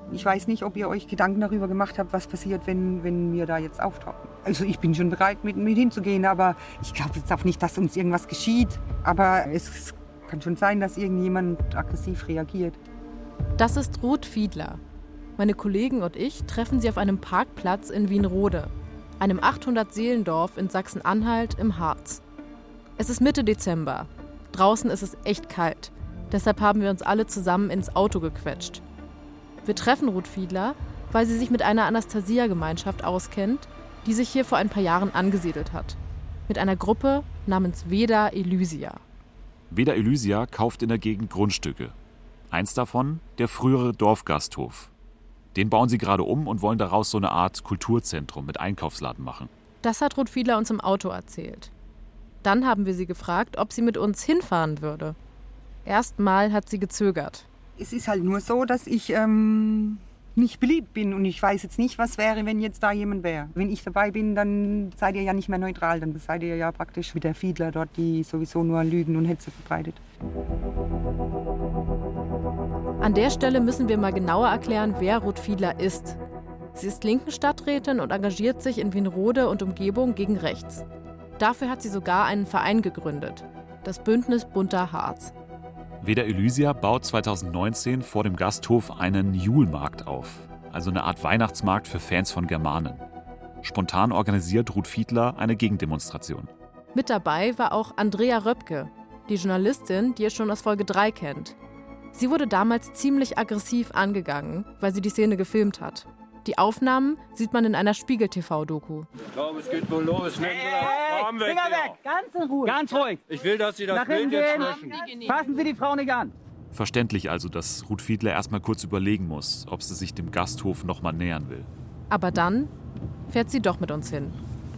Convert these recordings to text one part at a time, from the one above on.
Ich weiß nicht, ob ihr euch Gedanken darüber gemacht habt, was passiert, wenn wir da jetzt auftauchen. Also ich bin schon bereit, mit hinzugehen, aber ich glaube jetzt auch nicht, dass uns irgendwas geschieht. Aber es kann schon sein, dass irgendjemand aggressiv reagiert. Das ist Ruth Fiedler. Meine Kollegen und ich treffen sie auf einem Parkplatz in Wienrode, einem 800-Seelendorf in Sachsen-Anhalt im Harz. Es ist Mitte Dezember. Draußen ist es echt kalt. Deshalb haben wir uns alle zusammen ins Auto gequetscht. Wir treffen Ruth Fiedler, weil sie sich mit einer Anastasia-Gemeinschaft auskennt, die sich hier vor ein paar Jahren angesiedelt hat. Mit einer Gruppe namens Veda Elysia. Veda Elysia kauft in der Gegend Grundstücke. Eins davon der frühere Dorfgasthof. Den bauen sie gerade um und wollen daraus so eine Art Kulturzentrum mit Einkaufsladen machen. Das hat Ruth Fiedler uns im Auto erzählt. Dann haben wir sie gefragt, ob sie mit uns hinfahren würde. Erstmal hat sie gezögert. Es ist halt nur so, dass ich nicht beliebt bin und ich weiß jetzt nicht, was wäre, wenn jetzt da jemand wäre. Wenn ich dabei bin, dann seid ihr ja nicht mehr neutral, dann seid ihr ja praktisch wie der Fiedler dort, die sowieso nur Lügen und Hetze verbreitet. An der Stelle müssen wir mal genauer erklären, wer Ruth Fiedler ist. Sie ist Linken-Stadträtin und engagiert sich in Wienrode und Umgebung gegen rechts. Dafür hat sie sogar einen Verein gegründet, das Bündnis Bunter Harz. Veda Elysia baut 2019 vor dem Gasthof einen Julmarkt auf, also eine Art Weihnachtsmarkt für Fans von Germanen. Spontan organisiert Ruth Fiedler eine Gegendemonstration. Mit dabei war auch Andrea Röpke, die Journalistin, die ihr schon aus Folge 3 kennt. Sie wurde damals ziemlich aggressiv angegangen, weil sie die Szene gefilmt hat. Die Aufnahmen sieht man in einer Spiegel-TV-Doku. Ich glaube, es geht wohl los. Finger weg, ganz in Ruhe. Ganz ruhig. Ich will, dass Sie das Bild jetzt löschen. Fassen Sie die Frau nicht an. Verständlich also, dass Ruth Fiedler erstmal kurz überlegen muss, ob sie sich dem Gasthof noch mal nähern will. Aber dann fährt sie doch mit uns hin.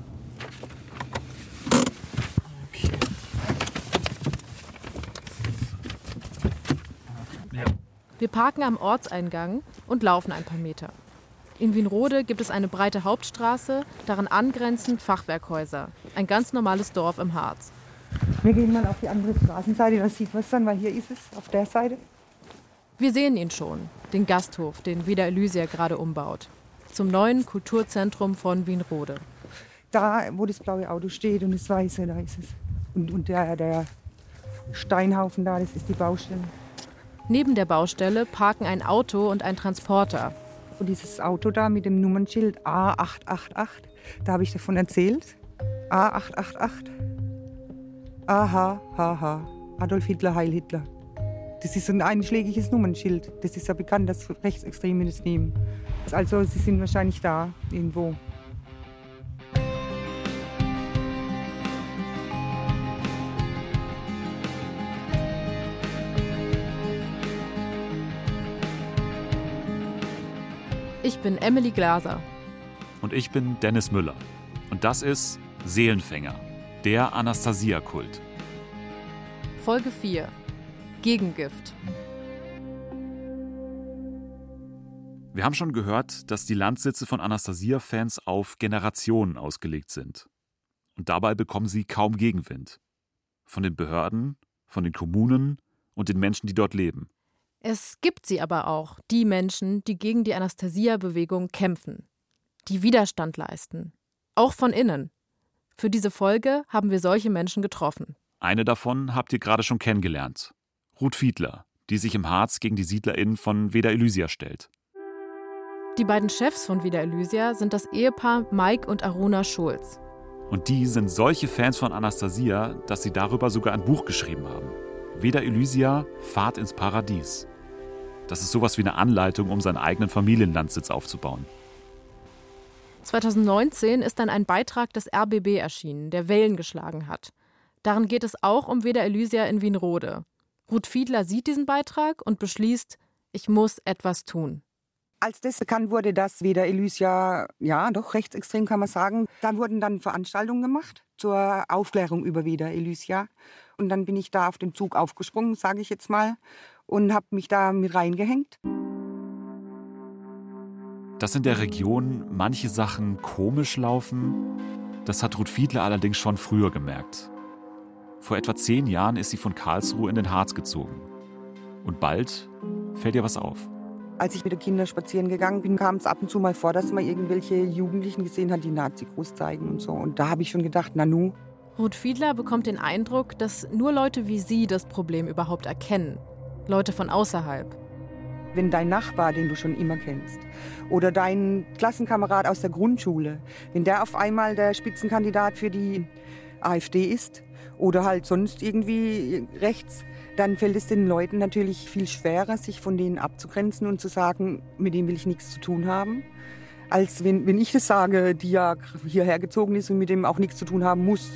Wir parken am Ortseingang und laufen ein paar Meter. In Wienrode gibt es eine breite Hauptstraße, daran angrenzend Fachwerkhäuser. Ein ganz normales Dorf im Harz. Wir gehen mal auf die andere Straßenseite, da sieht man es dann, weil hier ist es, auf der Seite. Wir sehen ihn schon, den Gasthof, den Veda Elysia gerade umbaut. Zum neuen Kulturzentrum von Wienrode. Da, wo das blaue Auto steht und das weiße, da ist es. Und der Steinhaufen da, das ist die Baustelle. Neben der Baustelle parken ein Auto und ein Transporter. Und dieses Auto da mit dem Nummernschild A888, da habe ich davon erzählt. A888. Aha, haha. Adolf Hitler, Heil Hitler. Das ist ein einschlägiges Nummernschild. Das ist ja bekannt, dass Rechtsextreme das nehmen. Also sie sind wahrscheinlich da, irgendwo. Ich bin Emily Glaser. Und ich bin Dennis Müller. Und das ist Seelenfänger, der Anastasia-Kult. Folge 4. Gegengift. Wir haben schon gehört, dass die Landsitze von Anastasia-Fans auf Generationen ausgelegt sind. Und dabei bekommen sie kaum Gegenwind. Von den Behörden, von den Kommunen und den Menschen, die dort leben. Es gibt sie aber auch, die Menschen, die gegen die Anastasia-Bewegung kämpfen, die Widerstand leisten, auch von innen. Für diese Folge haben wir solche Menschen getroffen. Eine davon habt ihr gerade schon kennengelernt. Ruth Fiedler, die sich im Harz gegen die SiedlerInnen von Veda Elysia stellt. Die beiden Chefs von Veda Elysia sind das Ehepaar Mike und Aruna Schulz. Und die sind solche Fans von Anastasia, dass sie darüber sogar ein Buch geschrieben haben. Veda Elysia, Fahrt ins Paradies. Das ist sowas wie eine Anleitung, um seinen eigenen Familienlandsitz aufzubauen. 2019 ist dann ein Beitrag des RBB erschienen, der Wellen geschlagen hat. Darin geht es auch um Veda Elysia in Wienrode. Ruth Fiedler sieht diesen Beitrag und beschließt, ich muss etwas tun. Als das bekannt wurde, dass Veda Elysia, ja doch rechtsextrem kann man sagen, da wurden dann Veranstaltungen gemacht zur Aufklärung über Veda Elysia. Und dann bin ich da auf den Zug aufgesprungen, sage ich jetzt mal, und habe mich da mit reingehängt. Dass in der Region manche Sachen komisch laufen, das hat Ruth Fiedler allerdings schon früher gemerkt. Vor etwa 10 Jahren ist sie von Karlsruhe in den Harz gezogen. Und bald fällt ihr was auf. Als ich mit den Kindern spazieren gegangen bin, kam es ab und zu mal vor, dass man irgendwelche Jugendlichen gesehen hat, die Nazi-Gruß zeigen und so. Und da habe ich schon gedacht, Nanu. Ruth Fiedler bekommt den Eindruck, dass nur Leute wie sie das Problem überhaupt erkennen. Leute von außerhalb. Wenn dein Nachbar, den du schon immer kennst, oder dein Klassenkamerad aus der Grundschule, wenn der auf einmal der Spitzenkandidat für die AfD ist oder halt sonst irgendwie rechts, dann fällt es den Leuten natürlich viel schwerer, sich von denen abzugrenzen und zu sagen, mit dem will ich nichts zu tun haben, als wenn ich das sage, die ja hierher gezogen ist und mit dem auch nichts zu tun haben muss.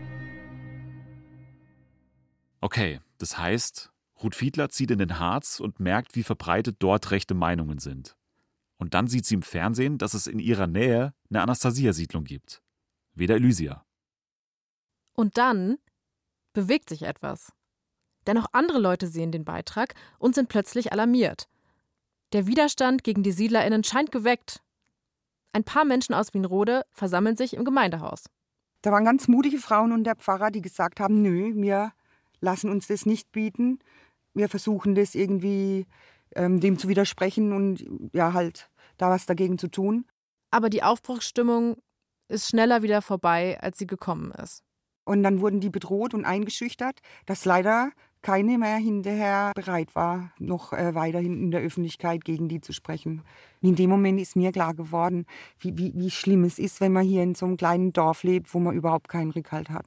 Okay, das heißt, Ruth Fiedler zieht in den Harz und merkt, wie verbreitet dort rechte Meinungen sind. Und dann sieht sie im Fernsehen, dass es in ihrer Nähe eine Anastasia-Siedlung gibt. Veda Elysia. Und dann bewegt sich etwas. Denn auch andere Leute sehen den Beitrag und sind plötzlich alarmiert. Der Widerstand gegen die SiedlerInnen scheint geweckt. Ein paar Menschen aus Wienrode versammeln sich im Gemeindehaus. Da waren ganz mutige Frauen und der Pfarrer, die gesagt haben, nö, wir lassen uns das nicht bieten. Wir versuchen das irgendwie dem zu widersprechen und ja halt da was dagegen zu tun. Aber die Aufbruchsstimmung ist schneller wieder vorbei, als sie gekommen ist. Und dann wurden die bedroht und eingeschüchtert, dass leider keine mehr hinterher bereit war, noch weiterhin in der Öffentlichkeit gegen die zu sprechen. In dem Moment ist mir klar geworden, wie schlimm es ist, wenn man hier in so einem kleinen Dorf lebt, wo man überhaupt keinen Rückhalt hat.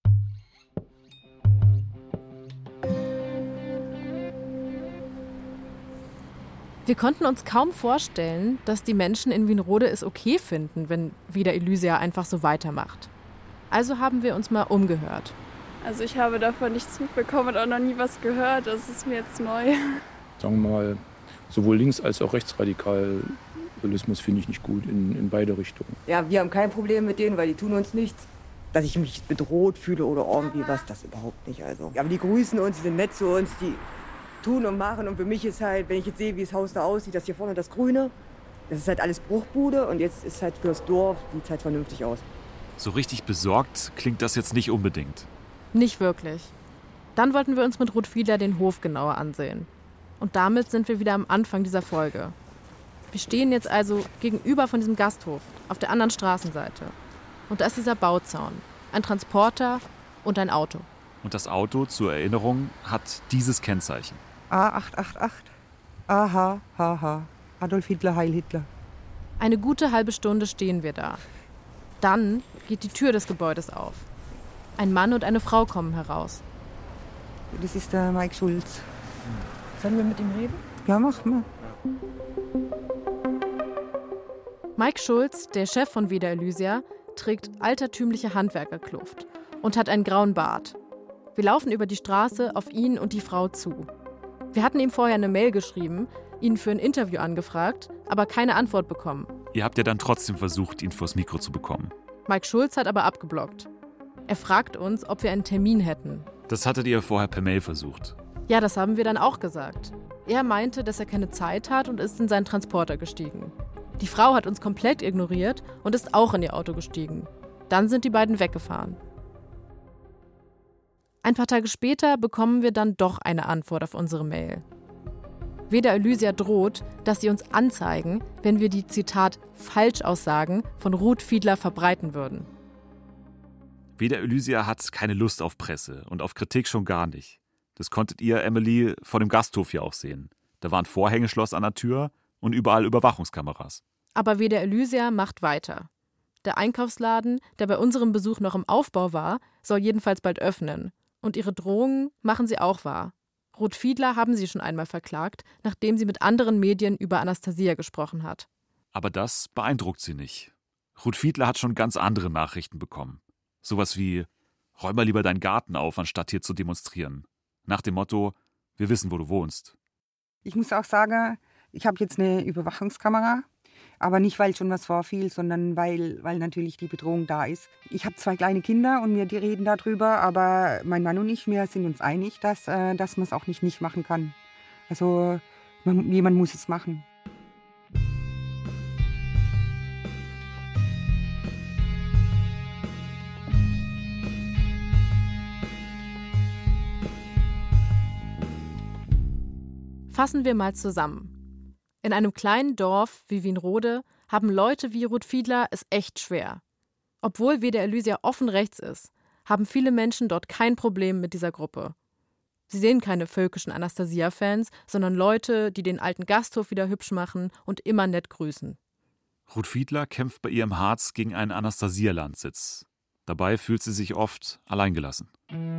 Wir konnten uns kaum vorstellen, dass die Menschen in Wienrode es okay finden, wenn Veda Elysia einfach so weitermacht. Also haben wir uns mal umgehört. Also ich habe davon nichts mitbekommen und auch noch nie was gehört. Das ist mir jetzt neu. Sagen wir mal, sowohl links- als auch Rechtsradikalismus finde ich nicht gut in beide Richtungen. Ja, wir haben kein Problem mit denen, weil die tun uns nichts. Dass ich mich bedroht fühle oder irgendwie was, das überhaupt nicht. Also. Aber die grüßen uns, die sind nett zu uns, die tun und machen. Und für mich ist halt, wenn ich jetzt sehe, wie das Haus da aussieht, das hier vorne, das Grüne, das ist halt alles Bruchbude und jetzt ist halt fürs Dorf, sieht es halt vernünftig aus. So richtig besorgt klingt das jetzt nicht unbedingt. Nicht wirklich. Dann wollten wir uns mit Ruth Fiedler den Hof genauer ansehen. Und damit sind wir wieder am Anfang dieser Folge. Wir stehen jetzt also gegenüber von diesem Gasthof, auf der anderen Straßenseite. Und da ist dieser Bauzaun, ein Transporter und ein Auto. Und das Auto, zur Erinnerung, hat dieses Kennzeichen. A888. Aha, haha. Adolf Hitler, Heil Hitler. Eine gute halbe Stunde stehen wir da. Dann geht die Tür des Gebäudes auf. Ein Mann und eine Frau kommen heraus. Das ist der Mike Schulz. Sollen wir mit ihm reden? Ja, mach mal. Mike Schulz, der Chef von Veda Elysia, trägt altertümliche Handwerkerkluft und hat einen grauen Bart. Wir laufen über die Straße auf ihn und die Frau zu. Wir hatten ihm vorher eine Mail geschrieben, ihn für ein Interview angefragt, aber keine Antwort bekommen. Ihr habt ja dann trotzdem versucht, ihn vors Mikro zu bekommen. Mike Schulz hat aber abgeblockt. Er fragt uns, ob wir einen Termin hätten. Das hattet ihr vorher per Mail versucht. Ja, das haben wir dann auch gesagt. Er meinte, dass er keine Zeit hat und ist in seinen Transporter gestiegen. Die Frau hat uns komplett ignoriert und ist auch in ihr Auto gestiegen. Dann sind die beiden weggefahren. Ein paar Tage später bekommen wir dann doch eine Antwort auf unsere Mail. Veda Elysia droht, dass sie uns anzeigen, wenn wir die, Zitat, Falschaussagen von Ruth Fiedler verbreiten würden. Veda Elysia hat keine Lust auf Presse und auf Kritik schon gar nicht. Das konntet ihr, Emily, vor dem Gasthof ja auch sehen. Da war ein Vorhängeschloss an der Tür und überall Überwachungskameras. Aber Veda Elysia macht weiter. Der Einkaufsladen, der bei unserem Besuch noch im Aufbau war, soll jedenfalls bald öffnen. Und ihre Drohungen machen sie auch wahr. Ruth Fiedler haben sie schon einmal verklagt, nachdem sie mit anderen Medien über Anastasia gesprochen hat. Aber das beeindruckt sie nicht. Ruth Fiedler hat schon ganz andere Nachrichten bekommen. Sowas wie, räum mal lieber deinen Garten auf, anstatt hier zu demonstrieren. Nach dem Motto, wir wissen, wo du wohnst. Ich muss auch sagen, ich habe jetzt eine Überwachungskamera, aber nicht, weil schon was vorfiel, sondern weil natürlich die Bedrohung da ist. Ich habe 2 kleine Kinder und die reden darüber, aber mein Mann und ich, wir sind uns einig, dass man es auch nicht machen kann. Also jemand muss es machen. Fassen wir mal zusammen. In einem kleinen Dorf wie Wienrode haben Leute wie Ruth Fiedler es echt schwer. Obwohl WDR Elysia offen rechts ist, haben viele Menschen dort kein Problem mit dieser Gruppe. Sie sehen keine völkischen Anastasia-Fans, sondern Leute, die den alten Gasthof wieder hübsch machen und immer nett grüßen. Ruth Fiedler kämpft bei ihr im Harz gegen einen Anastasia-Landsitz. Dabei fühlt sie sich oft alleingelassen.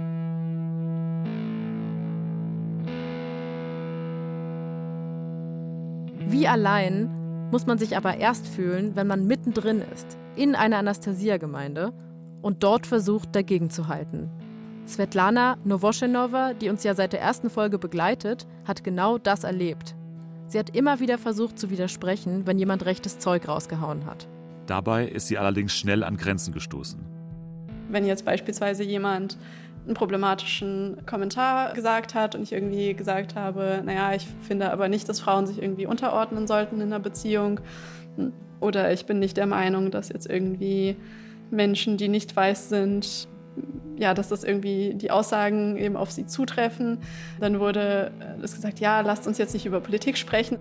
Wie allein muss man sich aber erst fühlen, wenn man mittendrin ist, in einer Anastasia-Gemeinde und dort versucht, dagegen zu halten. Svetlana Novoschenova, die uns ja seit der ersten Folge begleitet, hat genau das erlebt. Sie hat immer wieder versucht zu widersprechen, wenn jemand rechtes Zeug rausgehauen hat. Dabei ist sie allerdings schnell an Grenzen gestoßen. Wenn jetzt beispielsweise jemand einen problematischen Kommentar gesagt hat und ich irgendwie gesagt habe, naja, ich finde aber nicht, dass Frauen sich irgendwie unterordnen sollten in einer Beziehung, oder ich bin nicht der Meinung, dass jetzt irgendwie Menschen, die nicht weiß sind, ja, dass das irgendwie die Aussagen eben auf sie zutreffen. Dann wurde es gesagt, ja, lasst uns jetzt nicht über Politik sprechen.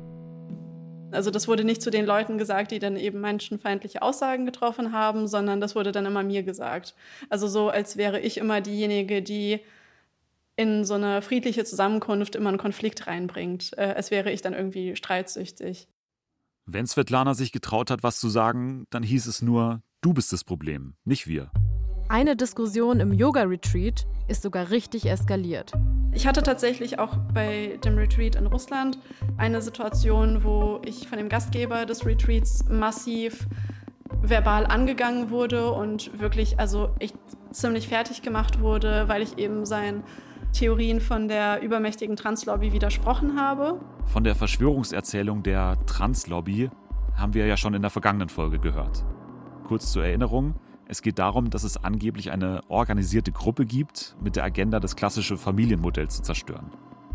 Also das wurde nicht zu den Leuten gesagt, die dann eben menschenfeindliche Aussagen getroffen haben, sondern das wurde dann immer mir gesagt. Also so, als wäre ich immer diejenige, die in so eine friedliche Zusammenkunft immer einen Konflikt reinbringt. Als wäre ich dann irgendwie streitsüchtig. Wenn Svetlana sich getraut hat, was zu sagen, dann hieß es nur, du bist das Problem, nicht wir. Eine Diskussion im Yoga-Retreat ist sogar richtig eskaliert. Ich hatte tatsächlich auch bei dem Retreat in Russland eine Situation, wo ich von dem Gastgeber des Retreats massiv verbal angegangen wurde und wirklich echt ziemlich fertig gemacht wurde, weil ich eben seinen Theorien von der übermächtigen Translobby widersprochen habe. Von der Verschwörungserzählung der Translobby haben wir ja schon in der vergangenen Folge gehört. Kurz zur Erinnerung: Es geht darum, dass es angeblich eine organisierte Gruppe gibt, mit der Agenda, das klassische Familienmodell zu zerstören.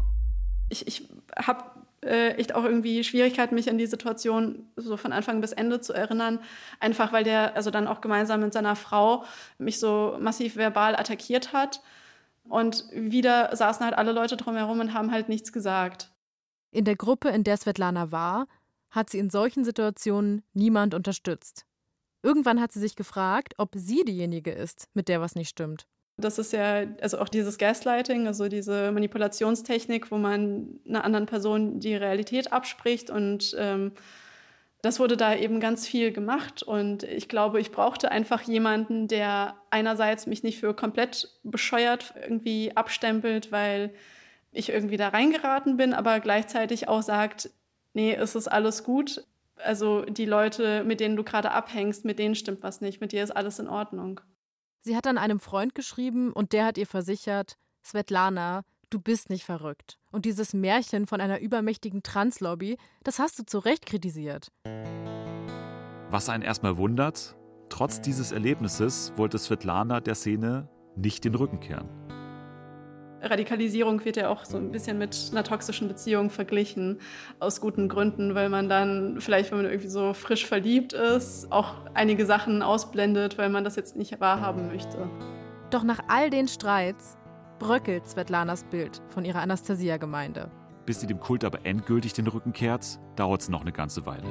Ich habe echt auch irgendwie Schwierigkeiten, mich an die Situation so von Anfang bis Ende zu erinnern. Einfach weil der dann auch gemeinsam mit seiner Frau mich so massiv verbal attackiert hat. Und wieder saßen halt alle Leute drumherum und haben halt nichts gesagt. In der Gruppe, in der Svetlana war, hat sie in solchen Situationen niemand unterstützt. Irgendwann hat sie sich gefragt, ob sie diejenige ist, mit der was nicht stimmt. Das ist ja auch dieses Gaslighting, also diese Manipulationstechnik, wo man einer anderen Person die Realität abspricht. Und das wurde da eben ganz viel gemacht. Und ich glaube, ich brauchte einfach jemanden, der einerseits mich nicht für komplett bescheuert irgendwie abstempelt, weil ich irgendwie da reingeraten bin, aber gleichzeitig auch sagt, nee, es ist alles gut. Also die Leute, mit denen du gerade abhängst, mit denen stimmt was nicht, mit dir ist alles in Ordnung. Sie hat dann einem Freund geschrieben und der hat ihr versichert, Svetlana, du bist nicht verrückt. Und dieses Märchen von einer übermächtigen Translobby, das hast du zu Recht kritisiert. Was einen erstmal wundert, trotz dieses Erlebnisses wollte Svetlana der Szene nicht den Rücken kehren. Radikalisierung wird ja auch so ein bisschen mit einer toxischen Beziehung verglichen, aus guten Gründen, weil man dann vielleicht, wenn man irgendwie so frisch verliebt ist, auch einige Sachen ausblendet, weil man das jetzt nicht wahrhaben möchte. Doch nach all den Streits bröckelt Svetlanas Bild von ihrer Anastasia-Gemeinde. Bis sie dem Kult aber endgültig den Rücken kehrt, dauert es noch eine ganze Weile.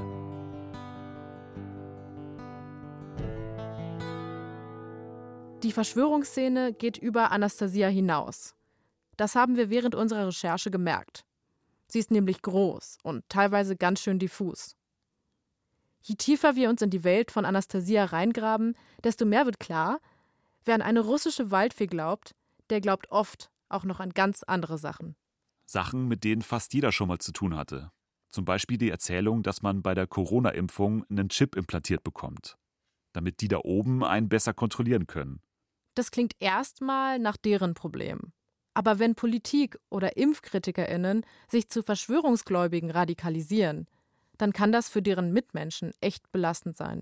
Die Verschwörungsszene geht über Anastasia hinaus. Das haben wir während unserer Recherche gemerkt. Sie ist nämlich groß und teilweise ganz schön diffus. Je tiefer wir uns in die Welt von Anastasia reingraben, desto mehr wird klar, wer an eine russische Waldfee glaubt, der glaubt oft auch noch an ganz andere Sachen. Sachen, mit denen fast jeder schon mal zu tun hatte. Zum Beispiel die Erzählung, dass man bei der Corona-Impfung einen Chip implantiert bekommt, damit die da oben einen besser kontrollieren können. Das klingt erstmal nach deren Problem. Aber wenn Politik oder ImpfkritikerInnen sich zu Verschwörungsgläubigen radikalisieren, dann kann das für deren Mitmenschen echt belastend sein.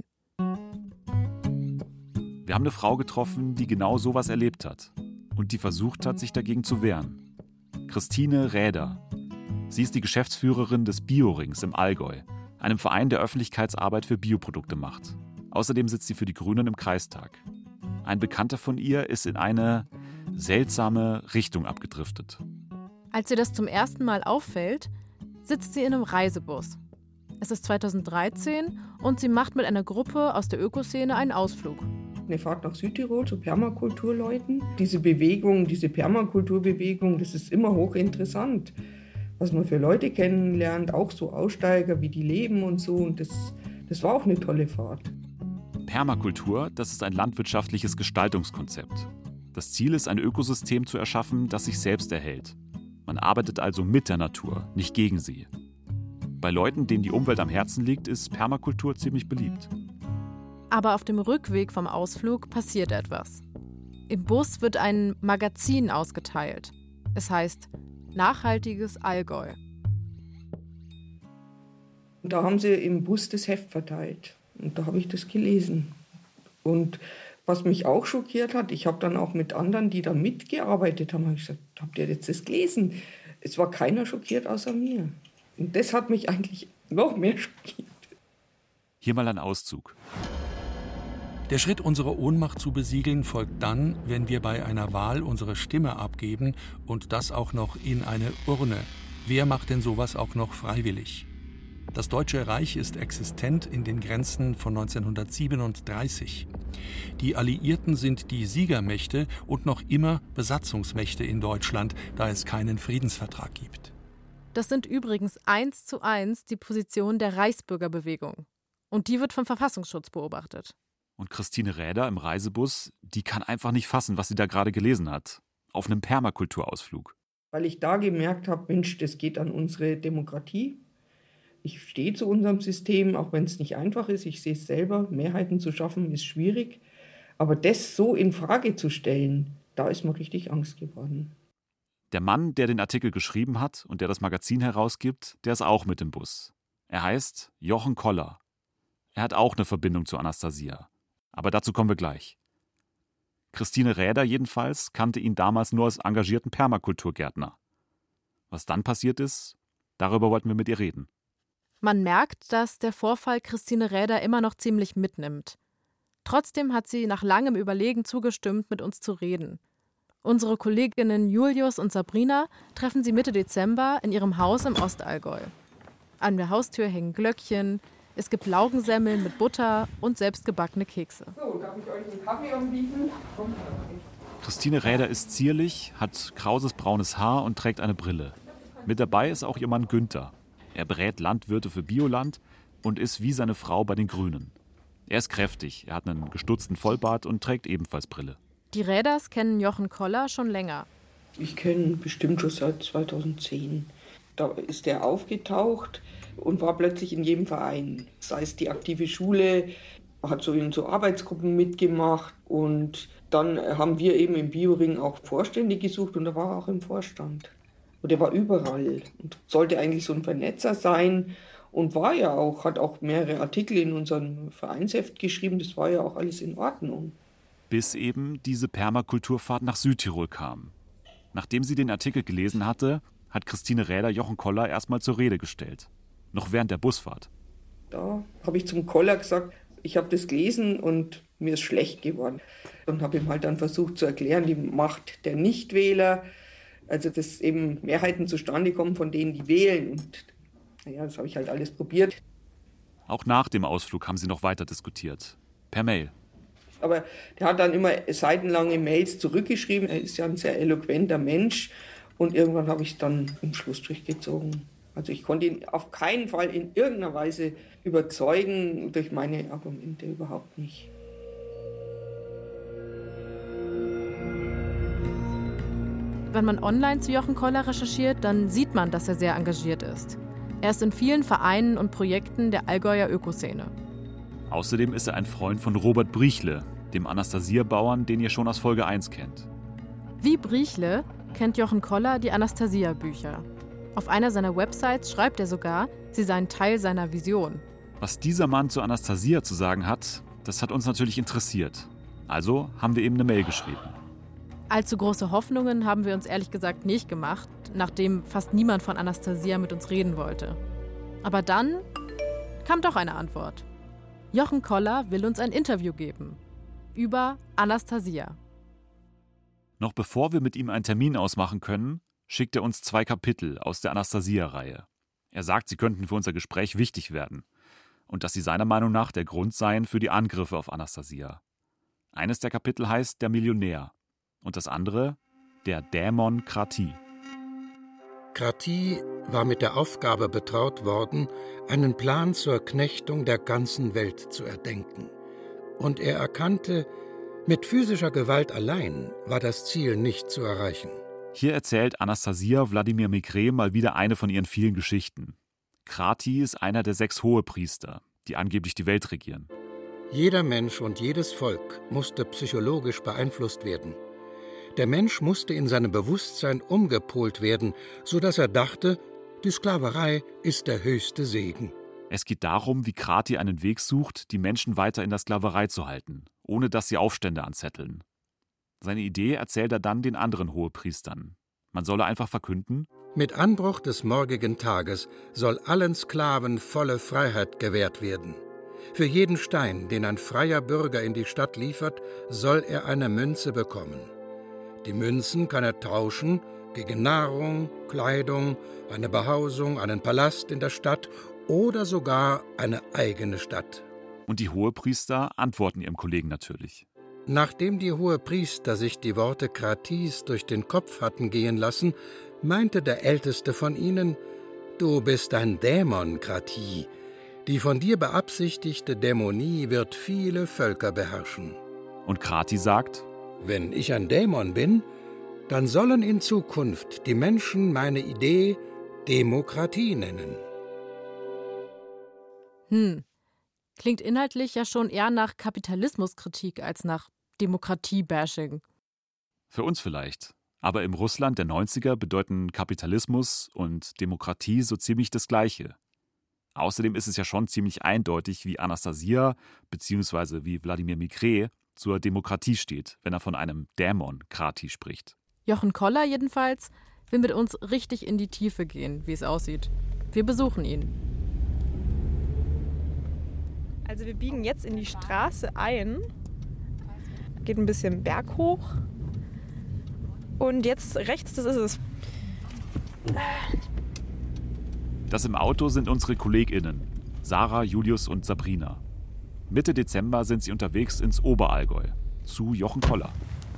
Wir haben eine Frau getroffen, die genau sowas erlebt hat und die versucht hat, sich dagegen zu wehren. Christine Räder. Sie ist die Geschäftsführerin des Biorings im Allgäu, einem Verein, der Öffentlichkeitsarbeit für Bioprodukte macht. Außerdem sitzt sie für die Grünen im Kreistag. Ein Bekannter von ihr ist in eine seltsame Richtung abgedriftet. Als ihr das zum ersten Mal auffällt, sitzt sie in einem Reisebus. Es ist 2013 und sie macht mit einer Gruppe aus der Ökoszene einen Ausflug. Eine Fahrt nach Südtirol zu Permakulturleuten. Diese Bewegung, diese Permakulturbewegung, das ist immer hochinteressant. Was man für Leute kennenlernt, auch so Aussteiger, wie die leben und so. Und das war auch eine tolle Fahrt. Permakultur, das ist ein landwirtschaftliches Gestaltungskonzept. Das Ziel ist, ein Ökosystem zu erschaffen, das sich selbst erhält. Man arbeitet also mit der Natur, nicht gegen sie. Bei Leuten, denen die Umwelt am Herzen liegt, ist Permakultur ziemlich beliebt. Aber auf dem Rückweg vom Ausflug passiert etwas. Im Bus wird ein Magazin ausgeteilt. Es heißt Nachhaltiges Allgäu. Da haben sie im Bus das Heft verteilt. Und da habe ich das gelesen. Und was mich auch schockiert hat, ich habe dann auch mit anderen, die da mitgearbeitet haben, gesagt, habt ihr jetzt das gelesen? Es war keiner schockiert außer mir. Und das hat mich eigentlich noch mehr schockiert. Hier mal ein Auszug. Der Schritt, unsere Ohnmacht zu besiegeln, folgt dann, wenn wir bei einer Wahl unsere Stimme abgeben und das auch noch in eine Urne. Wer macht denn sowas auch noch freiwillig? Das Deutsche Reich ist existent in den Grenzen von 1937. Die Alliierten sind die Siegermächte und noch immer Besatzungsmächte in Deutschland, da es keinen Friedensvertrag gibt. Das sind übrigens 1:1 die Position der Reichsbürgerbewegung. Und die wird vom Verfassungsschutz beobachtet. Und Christine Räder im Reisebus, die kann einfach nicht fassen, was sie da gerade gelesen hat. Auf einem Permakulturausflug. Weil ich da gemerkt habe, Mensch, das geht an unsere Demokratie. Ich stehe zu unserem System, auch wenn es nicht einfach ist. Ich sehe es selber, Mehrheiten zu schaffen ist schwierig. Aber das so in Frage zu stellen, da ist mir richtig Angst geworden. Der Mann, der den Artikel geschrieben hat und der das Magazin herausgibt, der ist auch mit im Bus. Er heißt Jochen Koller. Er hat auch eine Verbindung zu Anastasia. Aber dazu kommen wir gleich. Christine Räder jedenfalls kannte ihn damals nur als engagierten Permakulturgärtner. Was dann passiert ist, darüber wollten wir mit ihr reden. Man merkt, dass der Vorfall Christine Räder immer noch ziemlich mitnimmt. Trotzdem hat sie nach langem Überlegen zugestimmt, mit uns zu reden. Unsere Kolleginnen Julius und Sabrina treffen sie Mitte Dezember in ihrem Haus im Ostallgäu. An der Haustür hängen Glöckchen, es gibt Laugensemmeln mit Butter und selbstgebackene Kekse. So, darf ich euch einen Kaffee anbieten? Christine Räder ist zierlich, hat krauses braunes Haar und trägt eine Brille. Mit dabei ist auch ihr Mann Günther. Er berät Landwirte für Bioland und ist wie seine Frau bei den Grünen. Er ist kräftig, er hat einen gestutzten Vollbart und trägt ebenfalls Brille. Die Räders kennen Jochen Koller schon länger. Ich kenne bestimmt schon seit 2010. Da ist er aufgetaucht und war plötzlich in jedem Verein. Sei es die aktive Schule, hat so in so Arbeitsgruppen mitgemacht. Und dann haben wir eben im Bioring auch Vorstände gesucht und da war er auch im Vorstand. Und er war überall und sollte eigentlich so ein Vernetzer sein und war ja auch, hat auch mehrere Artikel in unserem Vereinsheft geschrieben, das war ja auch alles in Ordnung. Bis eben diese Permakulturfahrt nach Südtirol kam. Nachdem sie den Artikel gelesen hatte, hat Christine Räder Jochen Koller erstmal zur Rede gestellt. Noch während der Busfahrt. Da habe ich zum Koller gesagt, ich habe das gelesen und mir ist schlecht geworden. Und habe ihm halt dann versucht zu erklären, die Macht der Nichtwähler, also dass eben Mehrheiten zustande kommen von denen, die wählen. Und naja, das habe ich halt alles probiert. Auch nach dem Ausflug haben sie noch weiter diskutiert. Per Mail. Aber der hat dann immer seitenlange Mails zurückgeschrieben. Er ist ja ein sehr eloquenter Mensch. Und irgendwann habe ich dann einen Schlussstrich gezogen. Also ich konnte ihn auf keinen Fall in irgendeiner Weise überzeugen, durch meine Argumente überhaupt nicht. Wenn man online zu Jochen Koller recherchiert, dann sieht man, dass er sehr engagiert ist. Er ist in vielen Vereinen und Projekten der Allgäuer Ökoszene. Außerdem ist er ein Freund von Robert Briechle, dem Anastasia-Bauern, den ihr schon aus Folge 1 kennt. Wie Briechle kennt Jochen Koller die Anastasia-Bücher. Auf einer seiner Websites schreibt er sogar, sie seien Teil seiner Vision. Was dieser Mann zu Anastasia zu sagen hat, das hat uns natürlich interessiert. Also haben wir ihm eine Mail geschrieben. Allzu große Hoffnungen haben wir uns ehrlich gesagt nicht gemacht, nachdem fast niemand von Anastasia mit uns reden wollte. Aber dann kam doch eine Antwort. Jochen Koller will uns ein Interview geben. Über Anastasia. Noch bevor wir mit ihm einen Termin ausmachen können, schickt er uns 2 Kapitel aus der Anastasia-Reihe. Er sagt, sie könnten für unser Gespräch wichtig werden und dass sie seiner Meinung nach der Grund seien für die Angriffe auf Anastasia. Eines der Kapitel heißt Der Millionär und das andere der Dämon Kratie. Kratie war mit der Aufgabe betraut worden, einen Plan zur Knechtung der ganzen Welt zu erdenken. Und er erkannte, mit physischer Gewalt allein war das Ziel nicht zu erreichen. Hier erzählt Anastasia Wladimir Maigret mal wieder eine von ihren vielen Geschichten. Kratie ist einer der 6 Hohepriester, die angeblich die Welt regieren. Jeder Mensch und jedes Volk musste psychologisch beeinflusst werden. Der Mensch musste in seinem Bewusstsein umgepolt werden, sodass er dachte, die Sklaverei ist der höchste Segen. Es geht darum, wie Kratie einen Weg sucht, die Menschen weiter in der Sklaverei zu halten, ohne dass sie Aufstände anzetteln. Seine Idee erzählt er dann den anderen Hohepriestern. Man solle einfach verkünden: Mit Anbruch des morgigen Tages soll allen Sklaven volle Freiheit gewährt werden. Für jeden Stein, den ein freier Bürger in die Stadt liefert, soll er eine Münze bekommen. Die Münzen kann er tauschen gegen Nahrung, Kleidung, eine Behausung, einen Palast in der Stadt oder sogar eine eigene Stadt. Und die Hohepriester antworten ihrem Kollegen natürlich. Nachdem die Hohepriester sich die Worte Kraties durch den Kopf hatten gehen lassen, meinte der Älteste von ihnen: Du bist ein Dämon, Kratie. Die von dir beabsichtigte Dämonie wird viele Völker beherrschen. Und Kratie sagt: Wenn ich ein Dämon bin, dann sollen in Zukunft die Menschen meine Idee Demokratie nennen. Klingt inhaltlich ja schon eher nach Kapitalismuskritik als nach Demokratie-Bashing. Für uns vielleicht. Aber im Russland der 90er bedeuten Kapitalismus und Demokratie so ziemlich das Gleiche. Außerdem ist es ja schon ziemlich eindeutig, wie Anastasia bzw. wie Wladimir Maigret zur Demokratie steht, wenn er von einem Dämon Kratie spricht. Jochen Koller jedenfalls will mit uns richtig in die Tiefe gehen, wie es aussieht. Wir besuchen ihn. Also wir biegen jetzt in die Straße ein, geht ein bisschen berghoch und jetzt rechts, das ist es. Das im Auto sind unsere KollegInnen, Sarah, Julius und Sabrina. Mitte Dezember sind sie unterwegs ins Oberallgäu, zu Jochen Koller.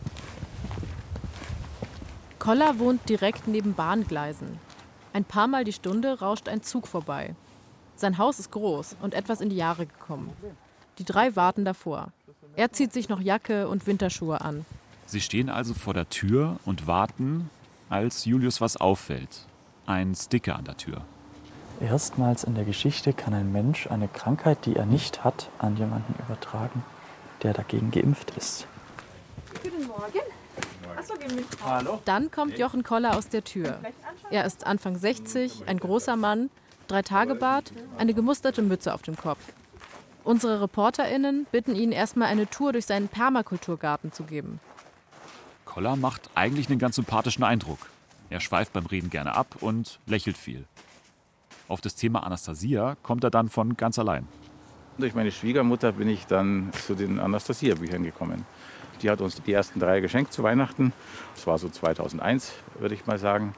Koller wohnt direkt neben Bahngleisen. Ein paar Mal die Stunde rauscht ein Zug vorbei. Sein Haus ist groß und etwas in die Jahre gekommen. Die 3 warten davor. Er zieht sich noch Jacke und Winterschuhe an. Sie stehen also vor der Tür und warten, als Julius was auffällt. Ein Sticker an der Tür. Erstmals in der Geschichte kann ein Mensch eine Krankheit, die er nicht hat, an jemanden übertragen, der dagegen geimpft ist. Guten Morgen. Achso, Hallo. Dann kommt Jochen Koller aus der Tür. Er ist Anfang 60, ein großer Mann, 3-Tage-Bart, eine gemusterte Mütze auf dem Kopf. Unsere ReporterInnen bitten ihn, erstmal eine Tour durch seinen Permakulturgarten zu geben. Koller macht eigentlich einen ganz sympathischen Eindruck. Er schweift beim Reden gerne ab und lächelt viel. Auf das Thema Anastasia kommt er dann von ganz allein. Durch meine Schwiegermutter bin ich dann zu den Anastasia-Büchern gekommen. Die hat uns die ersten 3 geschenkt zu Weihnachten. Das war so 2001, würde ich mal sagen.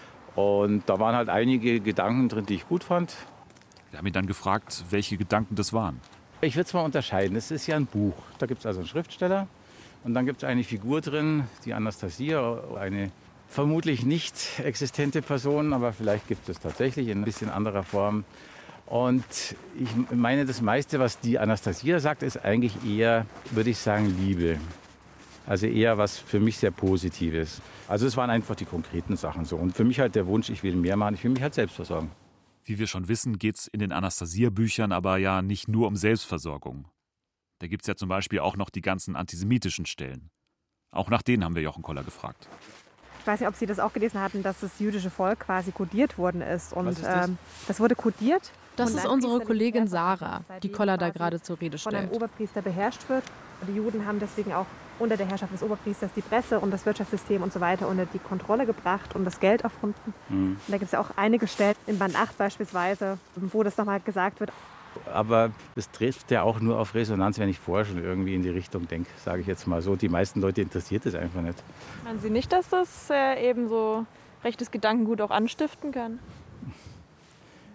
Und da waren halt einige Gedanken drin, die ich gut fand. Wir haben ihn dann gefragt, welche Gedanken das waren. Ich würde es mal unterscheiden. Es ist ja ein Buch. Da gibt es also einen Schriftsteller. Und dann gibt es eine Figur drin, die Anastasia, eine vermutlich nicht existente Person, aber vielleicht gibt es tatsächlich in ein bisschen anderer Form. Und ich meine, das meiste, was die Anastasia sagt, ist eigentlich eher, würde ich sagen, Liebe. Also eher was für mich sehr Positives. Also es waren einfach die konkreten Sachen so. Und für mich halt der Wunsch, ich will mehr machen, ich will mich halt selbst versorgen. Wie wir schon wissen, geht es in den Anastasia-Büchern aber ja nicht nur um Selbstversorgung. Da gibt es ja zum Beispiel auch noch die ganzen antisemitischen Stellen. Auch nach denen haben wir Jochen Koller gefragt. Ich weiß nicht, ob Sie das auch gelesen hatten, dass das jüdische Volk quasi kodiert worden ist. Und was ist das? Das wurde kodiert. Das ist unsere Kollegin Sarah, die Koller da gerade zur Rede von einem stellt. Oberpriester beherrscht wird. Und die Juden haben deswegen auch unter der Herrschaft des Oberpriesters die Presse und das Wirtschaftssystem und so weiter unter die Kontrolle gebracht und das Geld erfunden. Und da gibt es ja auch einige Stellen, in Band 8 beispielsweise, wo das nochmal gesagt wird. Aber das trifft ja auch nur auf Resonanz, wenn ich vorher schon irgendwie in die Richtung denke, sage ich jetzt mal so. Die meisten Leute interessiert es einfach nicht. Meinen Sie nicht, dass das eben so rechtes Gedankengut auch anstiften kann?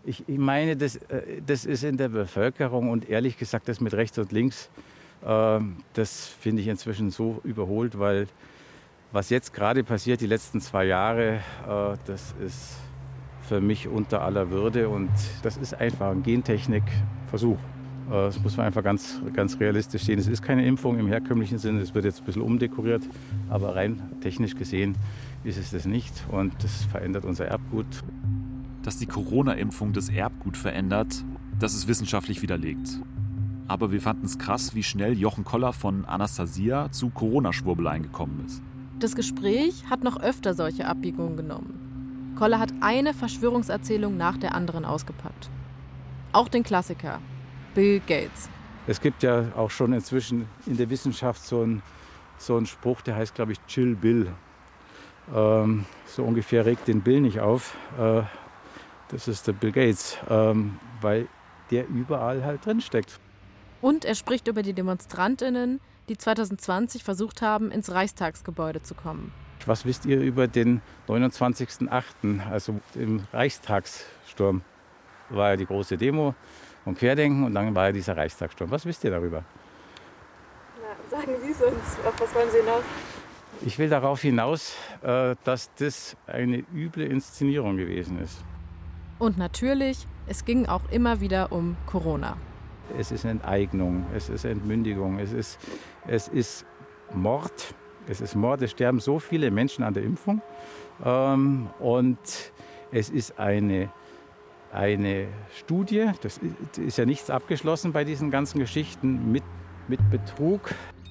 Ich meine, das ist in der Bevölkerung und ehrlich gesagt, das mit rechts und links, das finde ich inzwischen so überholt, weil was jetzt gerade passiert, die letzten 2 Jahre, das ist für mich unter aller Würde und das ist einfach ein Gentechnikversuch. Das muss man einfach ganz, ganz realistisch sehen. Es ist keine Impfung im herkömmlichen Sinne, es wird jetzt ein bisschen umdekoriert, aber rein technisch gesehen ist es das nicht und das verändert unser Erbgut. Dass die Corona-Impfung das Erbgut verändert, das ist wissenschaftlich widerlegt. Aber wir fanden es krass, wie schnell Jochen Koller von Anastasia zu Corona-Schwurbeleien gekommen ist. Das Gespräch hat noch öfter solche Abbiegungen genommen. Koller hat eine Verschwörungserzählung nach der anderen ausgepackt. Auch den Klassiker, Bill Gates. Es gibt ja auch schon inzwischen in der Wissenschaft so einen Spruch, der heißt, glaube ich, Chill Bill. So ungefähr regt den Bill nicht auf. Das ist der Bill Gates, weil der überall halt drinsteckt. Und er spricht über die DemonstrantInnen, die 2020 versucht haben, ins Reichstagsgebäude zu kommen. Was wisst ihr über den 29.08., also im Reichstagssturm? War ja die große Demo und Querdenken und dann war ja dieser Reichstagssturm. Was wisst ihr darüber? Na, sagen Sie es uns. Auf was wollen Sie hinaus? Ich will darauf hinaus, dass das eine üble Inszenierung gewesen ist. Und natürlich, es ging auch immer wieder um Corona. Es ist Enteignung, es ist Entmündigung, es ist Mord. Es ist Mord, es sterben so viele Menschen an der Impfung. Und es ist eine Studie, das ist ja nichts abgeschlossen bei diesen ganzen Geschichten mit Betrug.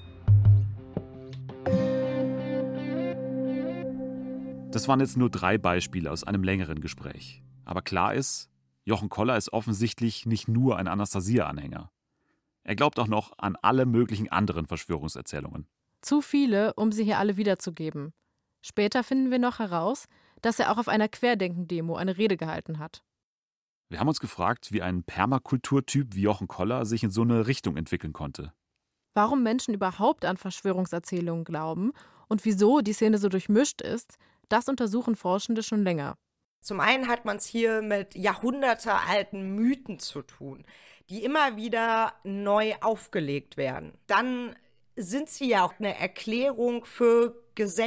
Das waren jetzt nur 3 Beispiele aus einem längeren Gespräch. Aber klar ist, Jochen Koller ist offensichtlich nicht nur ein Anastasia-Anhänger. Er glaubt auch noch an alle möglichen anderen Verschwörungserzählungen. Zu viele, um sie hier alle wiederzugeben. Später finden wir noch heraus, dass er auch auf einer Querdenken-Demo eine Rede gehalten hat. Wir haben uns gefragt, wie ein Permakulturtyp wie Jochen Koller sich in so eine Richtung entwickeln konnte. Warum Menschen überhaupt an Verschwörungserzählungen glauben und wieso die Szene so durchmischt ist, das untersuchen Forschende schon länger. Zum einen hat man es hier mit jahrhundertealten Mythen zu tun, die immer wieder neu aufgelegt werden. Dann sind sie ja auch eine Erklärung für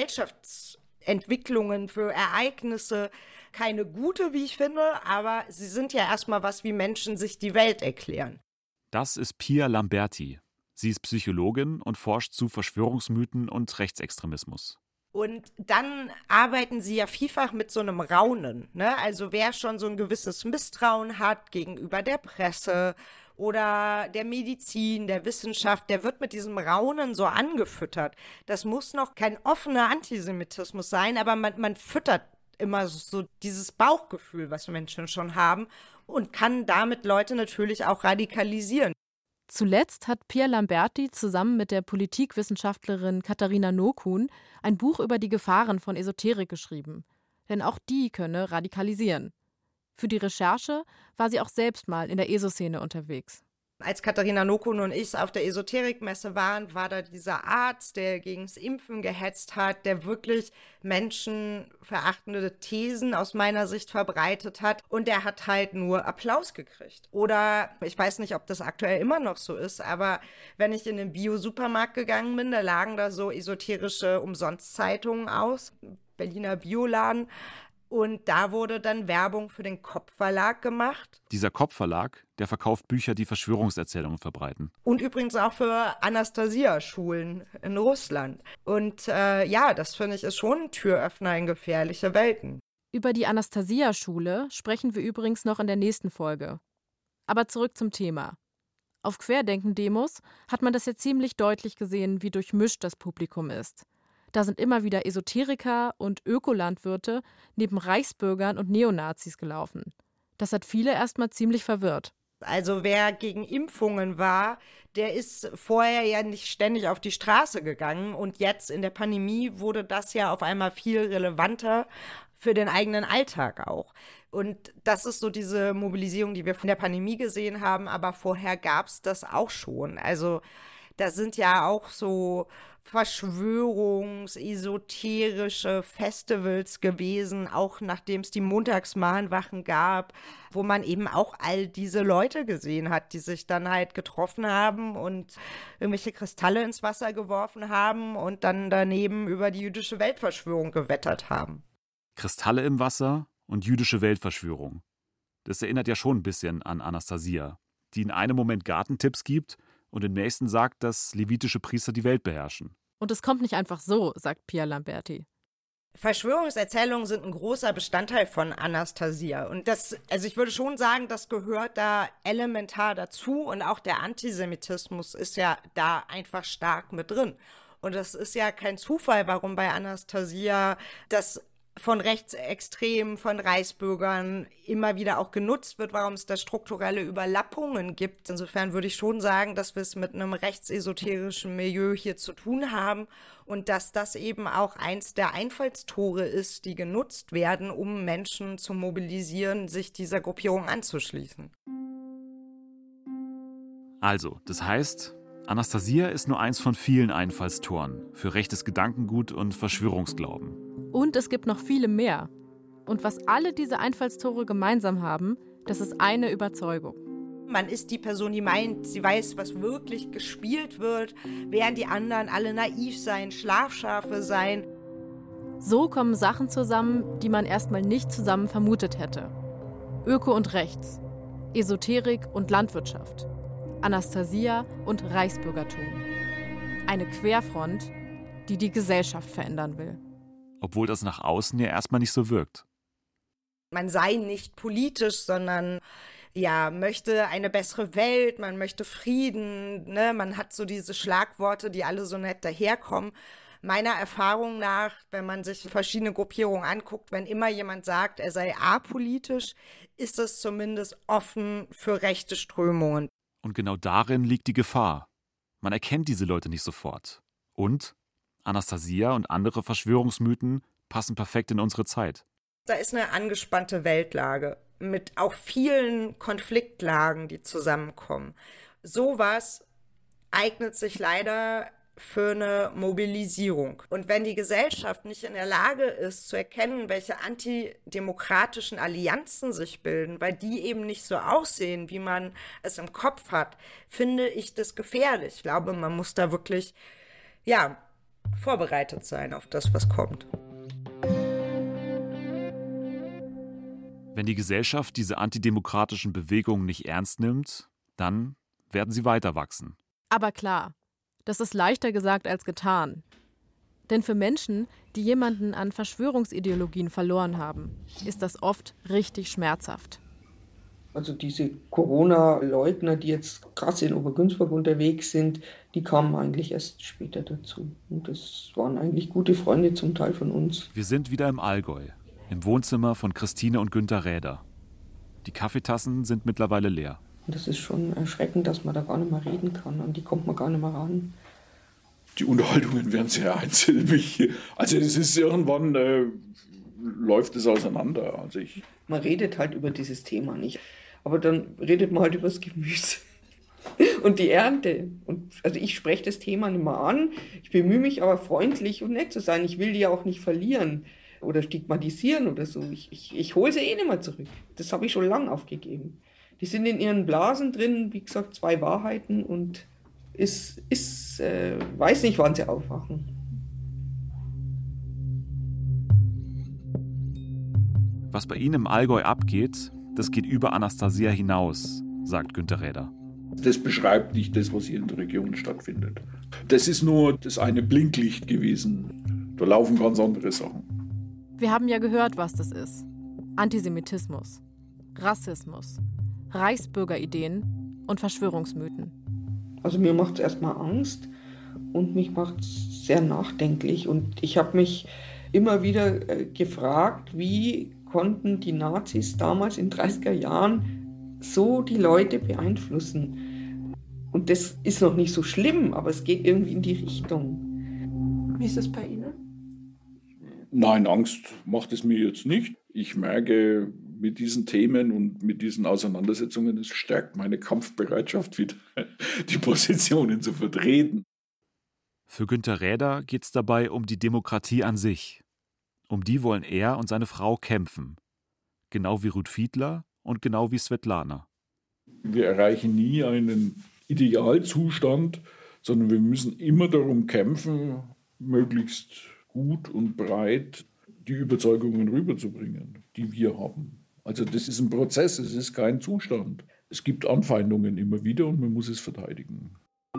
Gesellschaftsentwicklungen, für Ereignisse. Keine gute, wie ich finde, aber sie sind ja erstmal was, wie Menschen sich die Welt erklären. Das ist Pia Lamberti. Sie ist Psychologin und forscht zu Verschwörungsmythen und Rechtsextremismus. Und dann arbeiten sie ja vielfach mit so einem Raunen, ne? Also wer schon so ein gewisses Misstrauen hat gegenüber der Presse oder der Medizin, der Wissenschaft, der wird mit diesem Raunen so angefüttert. Das muss noch kein offener Antisemitismus sein, aber man füttert immer so dieses Bauchgefühl, was Menschen schon haben und kann damit Leute natürlich auch radikalisieren. Zuletzt hat Pia Lamberti zusammen mit der Politikwissenschaftlerin Katharina Nokun ein Buch über die Gefahren von Esoterik geschrieben. Denn auch die könne radikalisieren. Für die Recherche war sie auch selbst mal in der ESO-Szene unterwegs. Als Katharina Nokun und ich auf der Esoterikmesse waren, war da dieser Arzt, der gegens Impfen gehetzt hat, der wirklich menschenverachtende Thesen aus meiner Sicht verbreitet hat. Und der hat halt nur Applaus gekriegt. Oder, ich weiß nicht, ob das aktuell immer noch so ist, aber wenn ich in den Bio-Supermarkt gegangen bin, da lagen da so esoterische Umsonstzeitungen aus, Berliner Bioladen. Und da wurde dann Werbung für den Kopp-Verlag gemacht. Dieser Kopp-Verlag, der verkauft Bücher, die Verschwörungserzählungen verbreiten. Und übrigens auch für Anastasia-Schulen in Russland. Und ja, das finde ich ist schon ein Türöffner in gefährliche Welten. Über die Anastasia-Schule sprechen wir übrigens noch in der nächsten Folge. Aber zurück zum Thema. Auf Querdenken-Demos hat man das ja ziemlich deutlich gesehen, wie durchmischt das Publikum ist. Da sind immer wieder Esoteriker und Ökolandwirte neben Reichsbürgern und Neonazis gelaufen. Das hat viele erstmal ziemlich verwirrt. Also wer gegen Impfungen war, der ist vorher ja nicht ständig auf die Straße gegangen. Und jetzt in der Pandemie wurde das ja auf einmal viel relevanter für den eigenen Alltag auch. Und das ist so diese Mobilisierung, die wir von der Pandemie gesehen haben. Aber vorher gab es das auch schon. Also Da sind ja auch so verschwörungsesoterische Festivals gewesen, auch nachdem es die Montagsmahnwachen gab, wo man eben auch all diese Leute gesehen hat, die sich dann halt getroffen haben und irgendwelche Kristalle ins Wasser geworfen haben und dann daneben über die jüdische Weltverschwörung gewettert haben. Kristalle im Wasser und jüdische Weltverschwörung. Das erinnert ja schon ein bisschen an Anastasia, die in einem Moment Gartentipps gibt und im nächsten sagt, dass levitische Priester die Welt beherrschen. Und es kommt nicht einfach so, sagt Pia Lamberti. Verschwörungserzählungen sind ein großer Bestandteil von Anastasia. Und ich würde schon sagen, das gehört da elementar dazu. Und auch der Antisemitismus ist ja da einfach stark mit drin. Und das ist ja kein Zufall, warum bei Anastasia das von Rechtsextremen, von Reichsbürgern immer wieder auch genutzt wird, warum es da strukturelle Überlappungen gibt. Insofern würde ich schon sagen, dass wir es mit einem rechtsesoterischen Milieu hier zu tun haben und dass das eben auch eins der Einfallstore ist, die genutzt werden, um Menschen zu mobilisieren, sich dieser Gruppierung anzuschließen. Also, das heißt, Anastasia ist nur eins von vielen Einfallstoren für rechtes Gedankengut und Verschwörungsglauben. Und es gibt noch viele mehr. Und was alle diese Einfallstore gemeinsam haben, das ist eine Überzeugung. Man ist die Person, die meint, sie weiß, was wirklich gespielt wird, während die anderen alle naiv seien, Schlafschafe seien. So kommen Sachen zusammen, die man erstmal nicht zusammen vermutet hätte. Öko und Rechts, Esoterik und Landwirtschaft, Anastasia und Reichsbürgertum. Eine Querfront, die die Gesellschaft verändern will. Obwohl das nach außen ja erstmal nicht so wirkt. Man sei nicht politisch, sondern möchte eine bessere Welt, man möchte Frieden, ne? Man hat so diese Schlagworte, die alle so nett daherkommen. Meiner Erfahrung nach, wenn man sich verschiedene Gruppierungen anguckt, wenn immer jemand sagt, er sei apolitisch, ist es zumindest offen für rechte Strömungen. Und genau darin liegt die Gefahr. Man erkennt diese Leute nicht sofort. Und Anastasia und andere Verschwörungsmythen passen perfekt in unsere Zeit. Da ist eine angespannte Weltlage mit auch vielen Konfliktlagen, die zusammenkommen. Sowas eignet sich leider für eine Mobilisierung. Und wenn die Gesellschaft nicht in der Lage ist, zu erkennen, welche antidemokratischen Allianzen sich bilden, weil die eben nicht so aussehen, wie man es im Kopf hat, finde ich das gefährlich. Ich glaube, man muss da wirklich, vorbereitet sein auf das, was kommt. Wenn die Gesellschaft diese antidemokratischen Bewegungen nicht ernst nimmt, dann werden sie weiter wachsen. Aber klar, das ist leichter gesagt als getan. Denn für Menschen, die jemanden an Verschwörungsideologien verloren haben, ist das oft richtig schmerzhaft. Also diese Corona-Leugner, die jetzt krass in Obergünzburg unterwegs sind, die kamen eigentlich erst später dazu. Und das waren eigentlich gute Freunde zum Teil von uns. Wir sind wieder im Allgäu, im Wohnzimmer von Christine und Günter Räder. Die Kaffeetassen sind mittlerweile leer. Und das ist schon erschreckend, dass man da gar nicht mehr reden kann. An die kommt man gar nicht mehr ran. Die Unterhaltungen werden sehr einsilbig. Also es ist irgendwann, läuft es auseinander. Man redet halt über dieses Thema nicht. Aber dann redet man halt über das Gemüse und die Ernte. Und also ich spreche das Thema nicht mehr an. Ich bemühe mich aber freundlich und nett zu sein. Ich will die ja auch nicht verlieren oder stigmatisieren oder so. Ich hole sie nicht mehr zurück. Das habe ich schon lange aufgegeben. Die sind in ihren Blasen drin, wie gesagt, 2 Wahrheiten und weiß nicht, wann sie aufwachen. Was bei Ihnen im Allgäu abgeht, das geht über Anastasia hinaus, sagt Günter Räder. Das beschreibt nicht das, was hier in der Region stattfindet. Das ist nur das eine Blinklicht gewesen. Da laufen ganz andere Sachen. Wir haben ja gehört, was das ist. Antisemitismus, Rassismus, Reichsbürgerideen und Verschwörungsmythen. Also mir macht es erstmal Angst und mich macht es sehr nachdenklich. Und ich habe mich immer wieder gefragt, wie konnten die Nazis damals in den 30er Jahren so die Leute beeinflussen. Und das ist noch nicht so schlimm, aber es geht irgendwie in die Richtung. Wie ist es bei Ihnen? Nein, Angst macht es mir jetzt nicht. Ich merke, mit diesen Themen und mit diesen Auseinandersetzungen. Es stärkt meine Kampfbereitschaft wieder, die Positionen zu vertreten. Für Günter Räder geht es dabei um die Demokratie an sich. Um die wollen er und seine Frau kämpfen. Genau wie Ruth Fiedler und genau wie Svetlana. Wir erreichen nie einen Idealzustand, sondern wir müssen immer darum kämpfen, möglichst gut und breit die Überzeugungen rüberzubringen, die wir haben. Also das ist ein Prozess, es ist kein Zustand. Es gibt Anfeindungen immer wieder und man muss es verteidigen.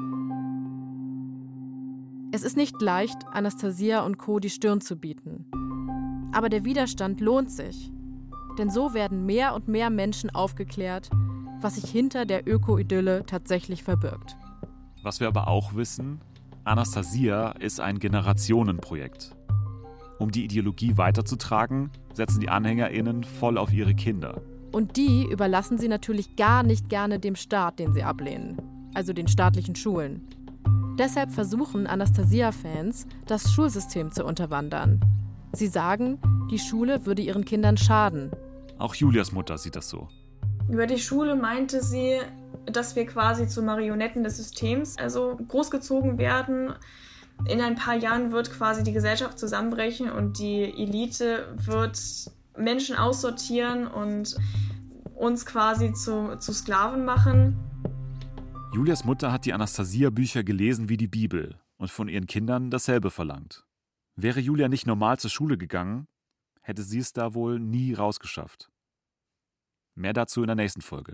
Es ist nicht leicht, Anastasia und Co. die Stirn zu bieten. Aber der Widerstand lohnt sich. Denn so werden mehr und mehr Menschen aufgeklärt, was sich hinter der Öko-Idylle tatsächlich verbirgt. Was wir aber auch wissen, Anastasia ist ein Generationenprojekt. Um die Ideologie weiterzutragen, setzen die AnhängerInnen voll auf ihre Kinder. Und die überlassen sie natürlich gar nicht gerne dem Staat, den sie ablehnen, also den staatlichen Schulen. Deshalb versuchen Anastasia-Fans, das Schulsystem zu unterwandern. Sie sagen, die Schule würde ihren Kindern schaden. Auch Julias Mutter sieht das so. Über die Schule meinte sie, dass wir quasi zu Marionetten des Systems, also großgezogen werden. In ein paar Jahren wird quasi die Gesellschaft zusammenbrechen und die Elite wird Menschen aussortieren und uns quasi zu Sklaven machen. Julias Mutter hat die Anastasia-Bücher gelesen wie die Bibel und von ihren Kindern dasselbe verlangt. Wäre Julia nicht normal zur Schule gegangen, hätte sie es da wohl nie rausgeschafft. Mehr dazu in der nächsten Folge.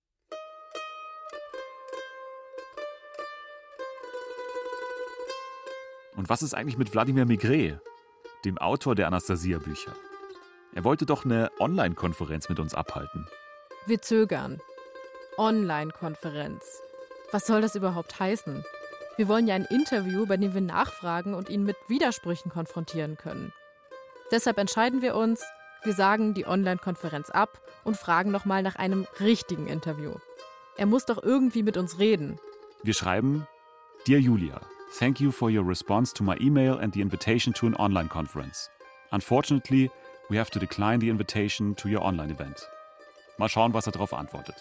Und was ist eigentlich mit Wladimir Migret, dem Autor der Anastasia-Bücher? Er wollte doch eine Online-Konferenz mit uns abhalten. Wir zögern. Online-Konferenz. Was soll das überhaupt heißen? Wir wollen ja ein Interview, bei dem wir nachfragen und ihn mit Widersprüchen konfrontieren können. Deshalb entscheiden wir uns, wir sagen die Online-Konferenz ab und fragen nochmal nach einem richtigen Interview. Er muss doch irgendwie mit uns reden. Wir schreiben: Dear Julia, thank you for your response to my email and the invitation to an online conference. Unfortunately, we have to decline the invitation to your online event. Mal schauen, was er darauf antwortet.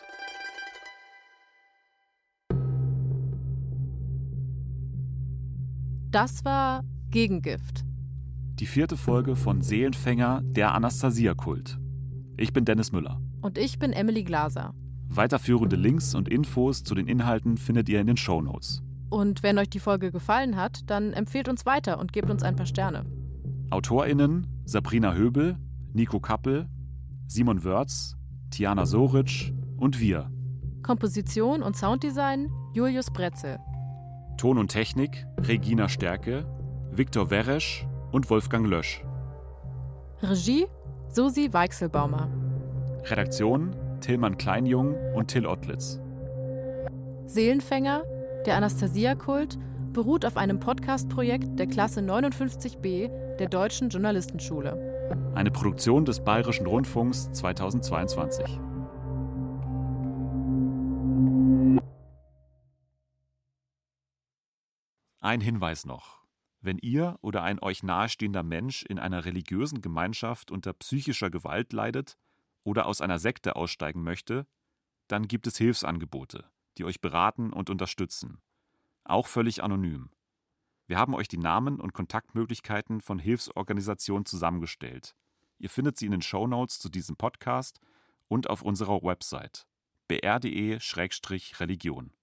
Das war Gegengift. Die 4. Folge von Seelenfänger, der Anastasia-Kult. Ich bin Dennis Müller. Und ich bin Emily Glaser. Weiterführende Links und Infos zu den Inhalten findet ihr in den Shownotes. Und wenn euch die Folge gefallen hat, dann empfehlt uns weiter und gebt uns ein paar Sterne. AutorInnen Sabrina Höbel, Nico Kappel, Simon Wörz, Tiana Soric und wir. Komposition und Sounddesign Julius Bretzel. Ton und Technik Regina Stärke, Viktor Weresch und Wolfgang Lösch. Regie Susi Weichselbaumer. Redaktion Tillmann Kleinjung und Till Ottlitz. Seelenfänger, der Anastasia-Kult, beruht auf einem Podcast-Projekt der Klasse 59b der Deutschen Journalistenschule. Eine Produktion des Bayerischen Rundfunks 2022. Ein Hinweis noch. Wenn ihr oder ein euch nahestehender Mensch in einer religiösen Gemeinschaft unter psychischer Gewalt leidet oder aus einer Sekte aussteigen möchte, dann gibt es Hilfsangebote, die euch beraten und unterstützen. Auch völlig anonym. Wir haben euch die Namen und Kontaktmöglichkeiten von Hilfsorganisationen zusammengestellt. Ihr findet sie in den Shownotes zu diesem Podcast und auf unserer Website br.de/religion.